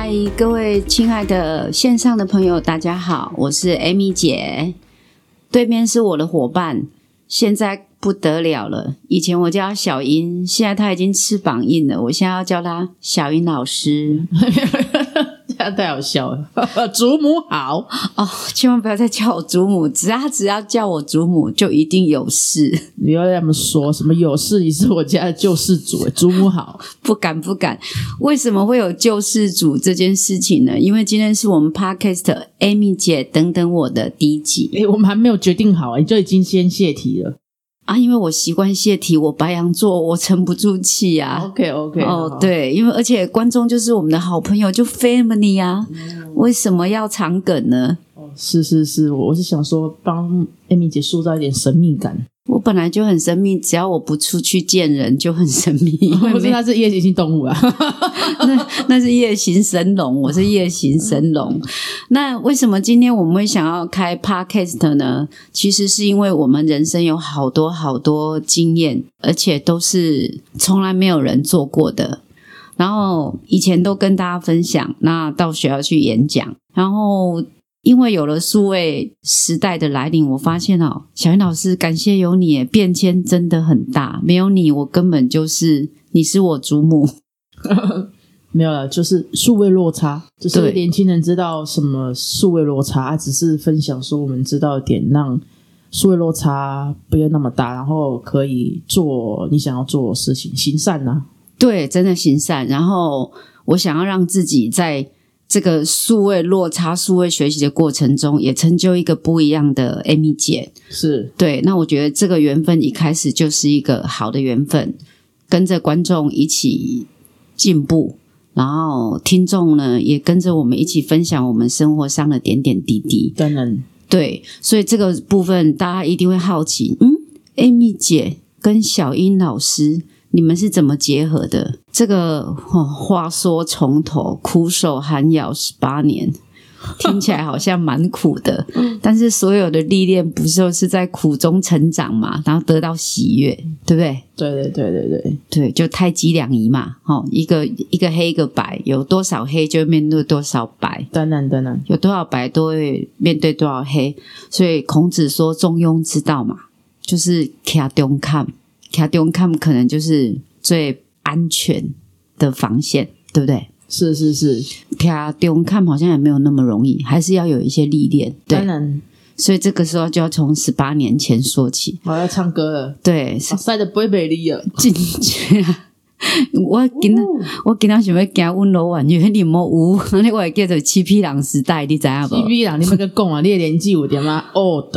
嗨，各位亲爱的线上的朋友，大家好，我是 Amy 姐，对面是我的伙伴，现在不得了了，以前我叫他小英，现在他已经翅膀硬了，我现在要叫他小英老师。 这样太好笑了。祖母好哦，千万不要再叫我祖母，只要叫我祖母就一定有事。 你要这么说什么有事，你是我家的救世主，祖母好。 不敢。为什么会有救世主这件事情呢？因为今天是我们 Podcast Amy 姐等等我的第一集。 我们还没有决定好，你就已经先泄题了啊，因为我习惯泄题，我白羊座，我沉不住气啊。 OK 哦，对，因为而且观众就是我们的好朋友，就 family 啊，为什么要藏梗呢？ 是，我是想说帮 Amy 姐塑造一点神秘感。 我本来就很神秘，只要我不出去见人就很神秘。 不是，它是夜行性动物啊。 那是夜行神龙，我是夜行神龙。那为什么今天我们会想要开 podcast 呢？其实是因为我们人生有好多经验，而且都是从来没有人做过的。然后以前都跟大家分享，那到学校去演讲，然后因为有了数位时代的来临，我发现小英老师，感谢有你，变迁真的很大，没有你我根本就是你是我祖母。 没有了，就是数位落差，就是年轻人知道什么数位落差，只是分享说我们知道的点，让数位落差不要那么大，然后可以做你想要做的事情，行善啊。 对，真的行善。然后我想要让自己在这个数位落差、数位学习的过程中，也成就一个不一样的 Amy 姐。 是， 对。那我觉得这个缘分一开始就是一个好的缘分，跟着观众一起进步，然后听众呢也跟着我们一起分享我们生活上的点点滴滴。 当然，对， 所以这个部分大家一定会好奇，Amy 姐跟小英老师你们是怎么结合的？这个话说从头，苦守寒窑18年，听起来好像蛮苦的。但是所有的历练不就是在苦中成长嘛，然后得到喜悦，对不对？ 对， 就太极两仪嘛。一个黑一个白，有多少黑就面对多少白。 当然， 有多少白都会面对多少黑。所以孔子说中庸之道嘛，就是卡中看。卡中看可能就是最安全的防线，对不对？ 是。 卡中看好像也没有那么容易，还是要有一些历练。对， 当然。 所以这个时候就要从18年前说起。 我要唱歌了。 对， 晒得不会美丽了。 真的。我今天想要行温柔婉约，你莫有，那我会叫做七匹狼时代，你知道不？ 七匹狼，你们跟讲啊，你的年纪有点吗？old。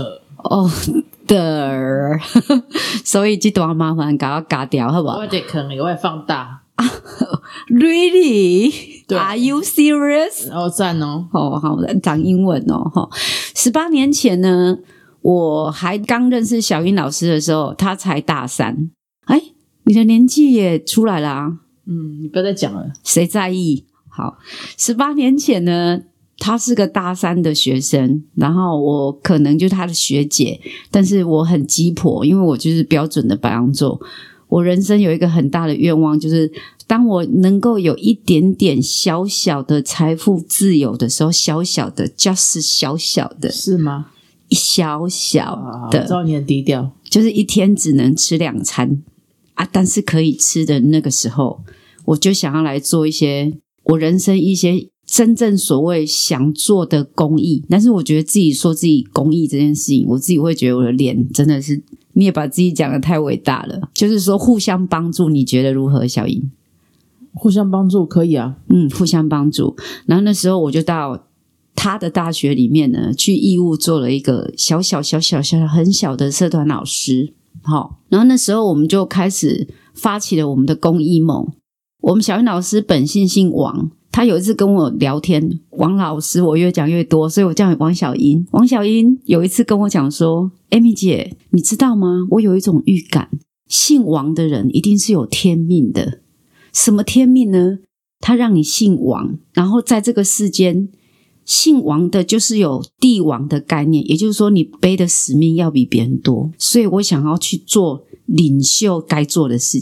所以这段麻烦给我加掉好不好？ 我这可能我会放大。 Really? Are you serious? 赞哦。 好，讲英文哦。18年前呢，我还刚认识小英老师的时候，他才大3。你的年纪也出来了啊。 你不要再讲了。 谁在意？好，18年前呢，他是个大3的学生，然后我可能就是他的学姐，但是我很鸡婆，因为我就是标准的白羊座。我人生有一个很大的愿望，就是当我能够有一点点小小的财富自由的时候，小小的 just 小小的， 是吗？ 小小的， 我知道你很低调， 就是一天只能吃2餐啊，但是可以吃的那个时候，我就想要来做一些我人生一些真正所谓想做的公益。但是我觉得自己说自己公益这件事情，我自己会觉得我的脸真的是，你也把自己讲得太伟大了。就是说互相帮助，你觉得如何，小英？ 互相帮助可以啊。 互相帮助。然后那时候我就到他的大学里面呢，去义务做了一个小很小的社团老师。然后那时候我们就开始发起了我们的公益梦。我们小英老师本姓王，他有一次跟我聊天，王老师我越讲越多，所以我叫你王小英。王小英有一次跟我讲说， Amy 姐你知道吗，我有一种预感，姓王的人一定是有天命的。什么天命呢？他让你姓王，然后在这个世间姓王的就是有帝王的概念，也就是说你背的使命要比别人多，所以我想要去做领袖该做的事情。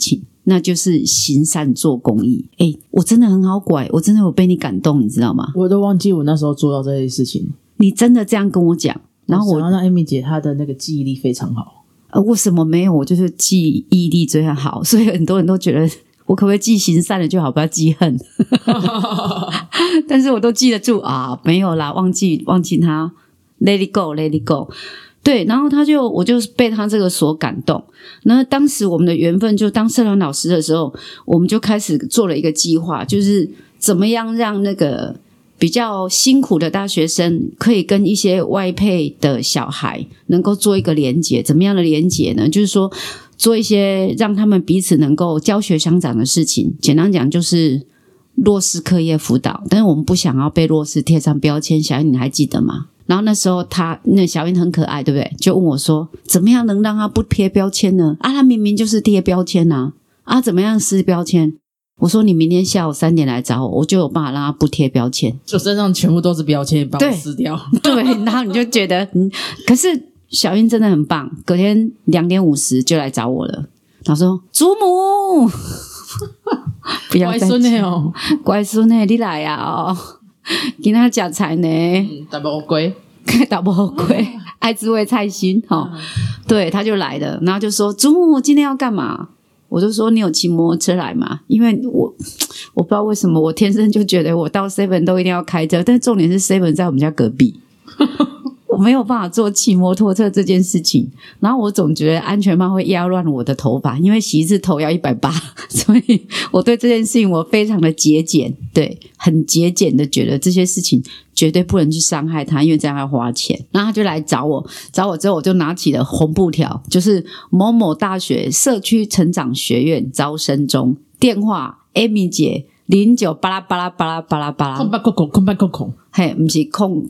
那就是行善做公益。我真的很好拐，我真的有被你感动，你知道吗？ 我都忘记我那时候做到这些事情。 你真的这样跟我讲，然后我想要让 Amy 姐她的那个记忆力非常好。 我什么没有，我就是记忆力最好，所以很多人都觉得我可不可以记行善的就好，不要记恨。但是我都记得住啊，没有啦，忘记他 ，let it go，let it go。对，然后我就被他这个所感动。那当时我们的缘分，就当社团老师的时候，我们就开始做了一个计划，就是怎么样让那个比较辛苦的大学生可以跟一些外配的小孩能够做一个连结。怎么样的连结呢？就是说做一些让他们彼此能够教学相长的事情。简单讲就是弱势课业辅导，但是我们不想要被弱势贴上标签。小英你还记得吗？然后那时候那小英很可爱，对不对？就问我说怎么样能让他不贴标签呢？他明明就是贴标签啊，怎么样撕标签？我说你明天下午3点来找我，我就有办法让他不贴标签， 就身上全部都是标签，把我撕掉。 对，然后你就觉得可是小英真的很棒，隔天2点50就来找我了。他说祖母不要再乖孙哦， 乖孙你来啊今天吃菜呢大包龟大包龟爱滋味菜心对，他就来了，然后就说祖母今天要干嘛？我就说你有骑摩托车来吗？因为我不知道为什么我天生就觉得我到 Seven 都一定要开车，但重点是 Seven 在我们家隔壁我没有办法做骑摩托车这件事情，然后我总觉得安全帽会压乱我的头发，因为洗一次头要180，所以我对这件事情我非常的节俭，对，很节俭的觉得这些事情绝对不能去伤害他，因为这样要花钱。然后他就来找我之后我就拿起了红布条，就是某某大学社区成长学院招生中，电话 Amy 姐09巴拉巴拉巴拉巴拉巴拉空白空空嘿，不是空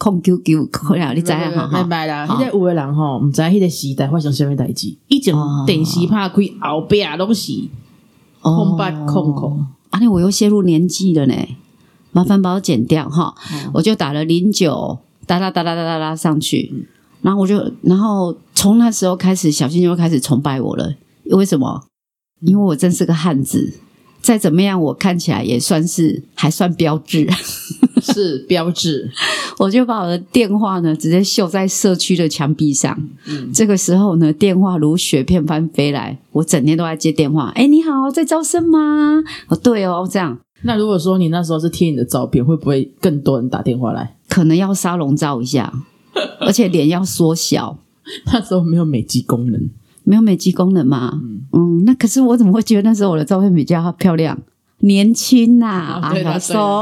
QQ， 你知道哈？ 明白啦。那有的人吼，不知道那个时代发生什么代志，以前电视拍开后边都是空白空空。 我又泄露年纪了呢，麻烦把我剪掉哈。我就打了09哒哒哒哒哒哒上去，然后从那时候开始，小新就开始崇拜我了。为什么？因为我真是个汉子。再怎么样我看起来也还算标致是标致我就把我的电话呢直接绣在社区的墙壁上这个时候呢电话如雪片般飞来，我整天都在接电话。你好，在招生吗？对哦，这样。 那如果说你那时候是贴你的照片，会不会更多人打电话来？ 可能要沙龙照一下而且脸要缩小那时候没有美肌功能， 没有美肌功能嘛？那可是我怎么会觉得那时候我的照片比较漂亮年轻对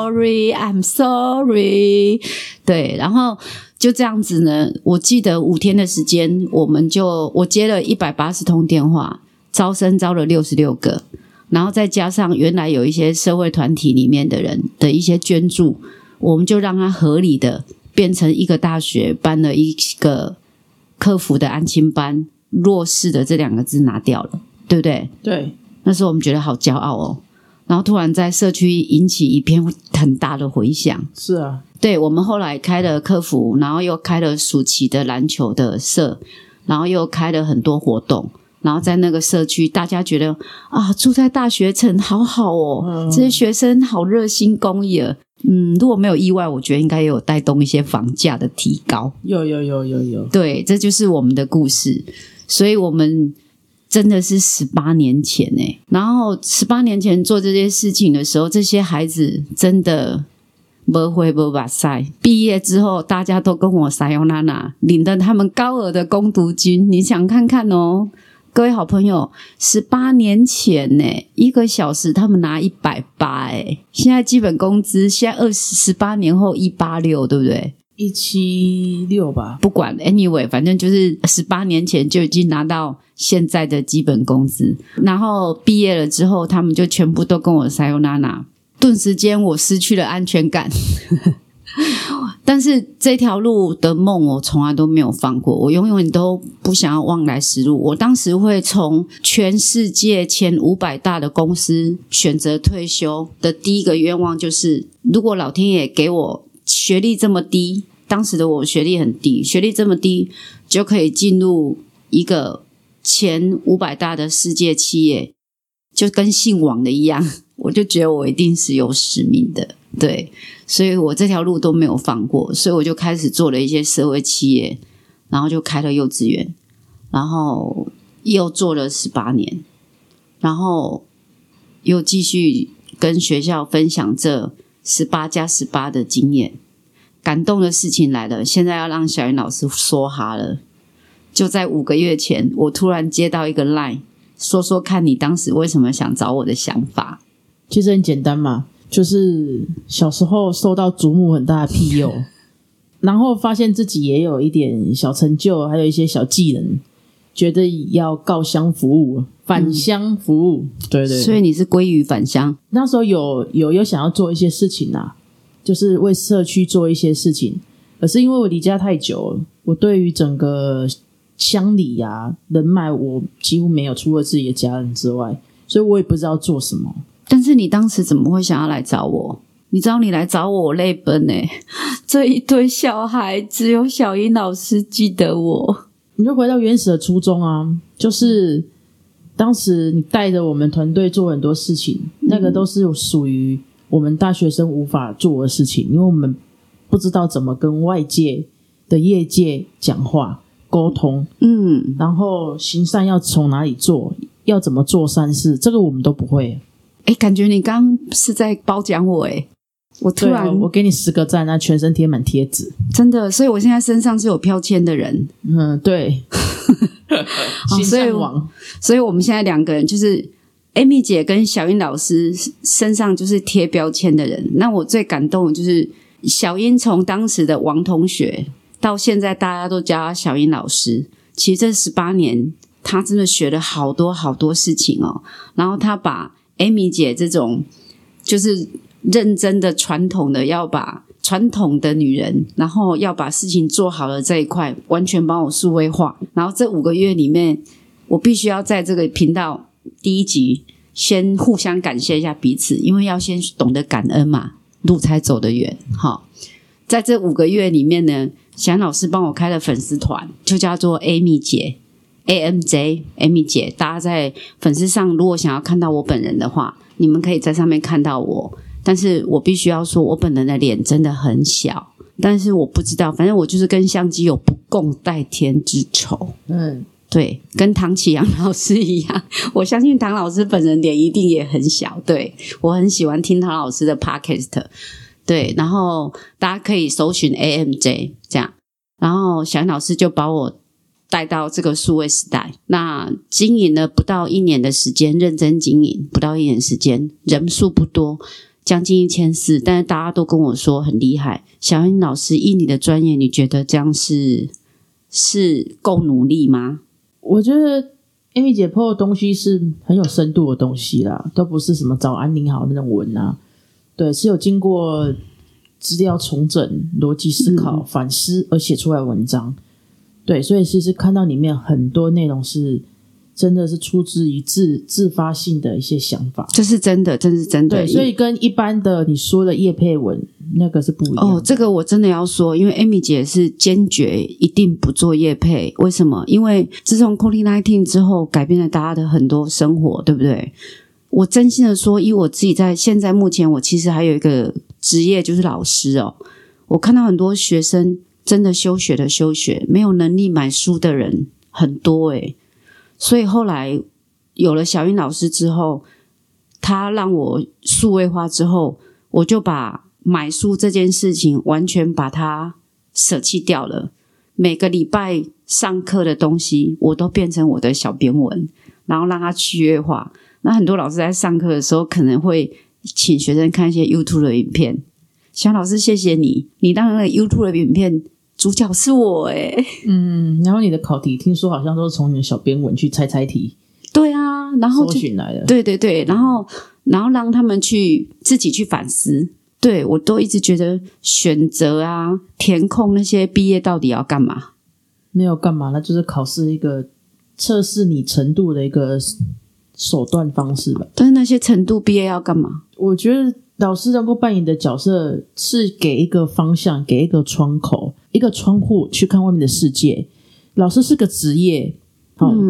I'm sorry 对，然后就这样子呢，我记得5天的时间，我接了180通电话，招生招了66个，然后再加上原来有一些社会团体里面的人的一些捐助，我们就让它合理的变成一个大学办了一个客服的安亲班，弱势的这2个字拿掉了，对不对？ 对， 那时候我们觉得好骄傲哦，然后突然在社区引起一片很大的回响。 是啊， 对，我们后来开了客服，然后又开了暑期的篮球的社，然后又开了很多活动，然后在那个社区大家觉得住在大学城好好哦，这些学生好热心公益了。如果没有意外，我觉得应该也有带动一些房价的提高。 有， 对，这就是我们的故事。所以我们真的是18年前然后18年前做这些事情的时候，这些孩子真的没灰没把塞，毕业之后大家都跟我撒尤娜娜，领了他们高额的工读金。你想看看哦，各位好朋友，18年前1个小时他们拿180现在基本工资现在18年后186，对不对 ？176吧， 不管 anyway， 反正就是18年前就已经拿到现在的基本工资，然后毕业了之后他们就全部都跟我 sayonara， 顿时间我失去了安全感但是这条路的梦我从来都没有放过，我永远都不想要忘来时路。我当时会从全世界前500大的公司选择退休的第一个愿望就是，如果老天爷给我学历这么低，当时的我学历很低，学历这么低就可以进入一个前500大的世界企业， 就跟姓王的一样，我就觉得我一定是有使命的，对，所以我这条路都没有放过，所以我就开始做了一些社会企业，然后就开了幼稚园，然后又做了18年，然后又继续跟学校分享这18+18的经验。感动的事情来了，现在要让小云老师说哈了。就在5个月前，我突然接到一个 LINE， 说说看你当时为什么想找我的想法。 其实很简单嘛，就是小时候受到祖母很大的庇佑，然后发现自己也有一点小成就，还有一些小技能，觉得要告乡服务，返乡服务，对对。 所以你是鲑鱼返乡？ 那时候有想要做一些事情啊，就是为社区做一些事情，可是因为我离家太久了，我对于整个乡里啊人脉我几乎没有，除了自己的家人之外，所以我也不知道做什么。 但是你当时怎么会想要来找我？你知道你来找我，我泪奔这一堆小孩只有小英老师记得我。 你就回到原始的初衷啊，就是当时你带着我们团队做很多事情，那个都是属于我们大学生无法做的事情，因为我们不知道怎么跟外界的业界讲话沟通，然后行善要从哪里做，要怎么做善事，这个我们都不会。 感觉你刚刚是在褒奖我我突然我给你10个赞，那全身贴满贴纸， 真的，所以我现在身上是有标签的人。 对。行善王。 所以我们现在2个人就是 Amy 姐跟小英老师身上就是贴标签的人。那我最感动的就是小英从当时的王同学到现在大家都叫她小英老师，其实这18年她真的学了好多好多事情然后她把 Amy 姐这种就是认真的传统的要把传统的女人，然后要把事情做好了这一块完全帮我数位化。然后这5个月里面，我必须要在这个频道第1集先互相感谢一下彼此，因为要先懂得感恩嘛，路才走得远。好，在这5个月里面呢，小安老师帮我开了粉丝团，就叫做 Amy 姐 AMJ Amy 姐，大家在粉丝上如果想要看到我本人的话，你们可以在上面看到我。但是我必须要说，我本人的脸真的很小，但是我不知道，反正我就是跟相机有不共戴天之仇。对，跟唐启阳老师一样，我相信唐老师本人脸一定也很小。对，我很喜欢听唐老师的 podcast。对，然后大家可以搜寻 AMJ 这样，然后小安老师就把我带到这个数位时代。那经营了不到1年的时间，认真经营不到1年时间，人数不多，将近1400，但是大家都跟我说很厉害。小英老师，以你的专业，你觉得这样是够努力吗？ 我觉得 Amy 姐 po 的东西是很有深度的东西啦，都不是什么早安您好那种文啊，对，是有经过资料重整、逻辑思考、反思而写出来的文章。对，所以其实看到里面很多内容是真的是出自于自发性的一些想法， 这是真的，这是真的。 对，所以跟一般的你说的业配文那个是不一样的。 这个我真的要说，因为 Amy 姐是坚决一定不做业配。为什么？因为自从 COVID-19 之后，改变了大家的很多生活，对不对？我真心的说，以我自己在现在目前，我其实还有一个职业就是老师我看到很多学生真的休学的休学，没有能力买书的人很多所以后来有了小英老师之后，他让我数位化之后，我就把买书这件事情完全把它舍弃掉了。每个礼拜上课的东西我都变成我的小编文，然后让它趣味化。那很多老师在上课的时候可能会请学生看一些 YouTube 的影片，小老师谢谢你让那个 YouTube 的影片主角是我然后你的考题听说好像都是从你的小编文去猜题。 对啊，然后搜寻来的。 对对对，然后让他们自己去反思。对，我都一直觉得选择啊填空那些毕业到底要干嘛？ 没有干嘛，那就是考试一个测试你程度的一个手段方式吧。 但是那些程度毕业要干嘛？ 我觉得老师能够扮演的角色是给一个方向，给一个窗口，一个窗户去看外面的世界。老师是个职业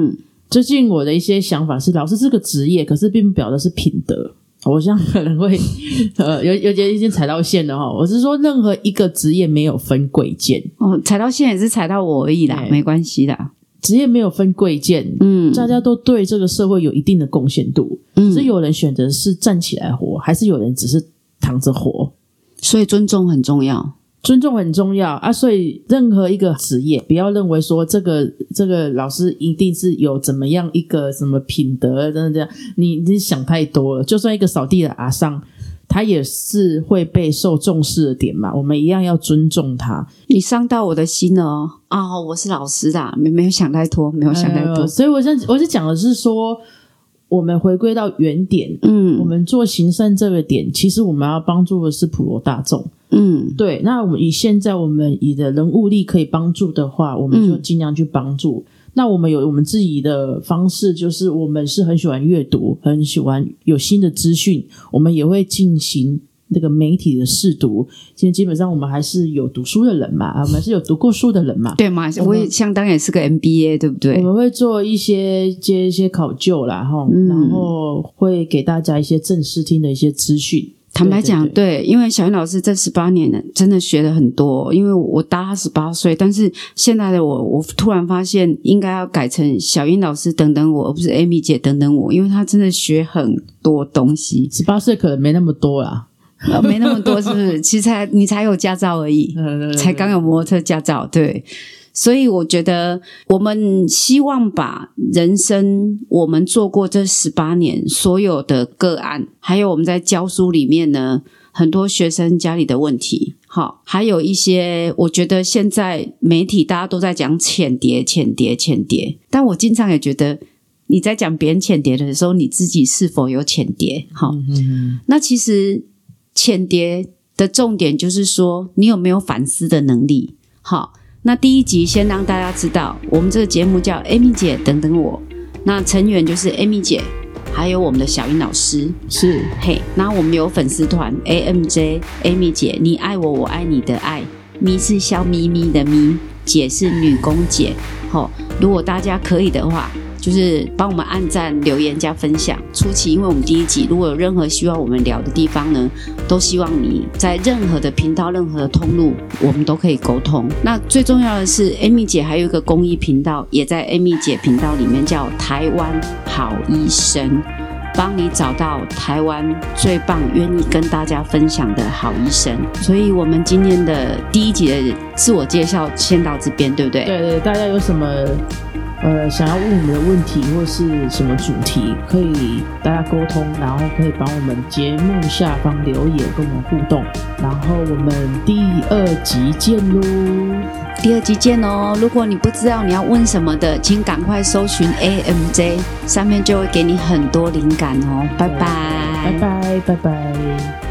最近我的一些想法是，老师这个职业，可是并不表的是品德。我这样可能会有点踩到线了哈。我是说，任何一个职业没有分贵贱哦，踩到线也是踩到我而已啦，没关系啦。 职业没有分贵贱，大家都对这个社会有一定的贡献度，只是有人选择是站起来活，还是有人只是躺着活。 所以尊重很重要。 尊重很重要啊，所以任何一个职业，不要认为说这个老师一定是有怎么样一个什么品德，真的这样，你想太多了。就算一个扫地的阿桑，他也是会被受重视的点嘛，我们一样要尊重他。 你伤到我的心了哦！啊，我是老师的，没有想太多，没有想太多。 所以我是讲的是说，我们回归到原点，我们做行善这个点，其实我们要帮助的是普罗大众。对，那我们现在我们以的人物力可以帮助的话，我们就尽量去帮助。那我们有我们自己的方式，就是我们是很喜欢阅读，很喜欢有新的资讯，我们也会进行那个媒体的试读。现在基本上我们还是有读书的人嘛，我们是有读过书的人嘛， 对嘛？我也相当也是个 MBA， 对不对？ 我们会做接一些考究啦，然后会给大家一些正视听的一些资讯。 坦白讲，对，因为小云老师这18年真的学了很多，因为我大他18岁，但是现在的我突然发现应该要改成小云老师等等我，而不是 Amy 姐等等我，因为她真的学很多东西。 18岁可能没那么多啦。 没那么多是不是？其实你才有驾照而已，才刚有摩托车驾照，对。所以我觉得我们希望把人生我们做过这18年所有的个案，还有我们在教书里面呢，很多学生家里的问题，好，还有一些我觉得现在媒体大家都在讲浅碟，但我经常也觉得你在讲别人浅碟的时候，你自己是否有浅碟？好，那其实浅碟的重点就是说你有没有反思的能力。好，那第一集先让大家知道我们这个节目叫 Amy 姐等等我，那成员就是 Amy 姐还有我们的小云老师， 是嘿，那我们有粉丝团 AMJ Amy 姐你爱我我爱你的爱，咪是笑咪咪的咪，姐是女工姐。如果大家可以的话，就是帮我们按赞留言加分享。初期因为我们第一集如果有任何需要我们聊的地方呢，都希望你在任何的频道任何的通路我们都可以沟通。那最重要的是 Amy 姐还有一个公益频道，也在 Amy 姐频道里面叫台湾好医生，帮你找到台湾最棒愿意跟大家分享的好医生。所以我们今天的第一集的自我介绍先到这边，对不对？ 对，大家有什么想要问我们的问题或是什么主题，可以大家沟通，然后可以帮我们节目下方留言跟我们互动，然后我们第2集见咯。 第2集见哦！如果你不知道你要问什么的，请赶快搜寻 AMJ， 上面就会给你很多灵感哦。拜拜， 拜拜。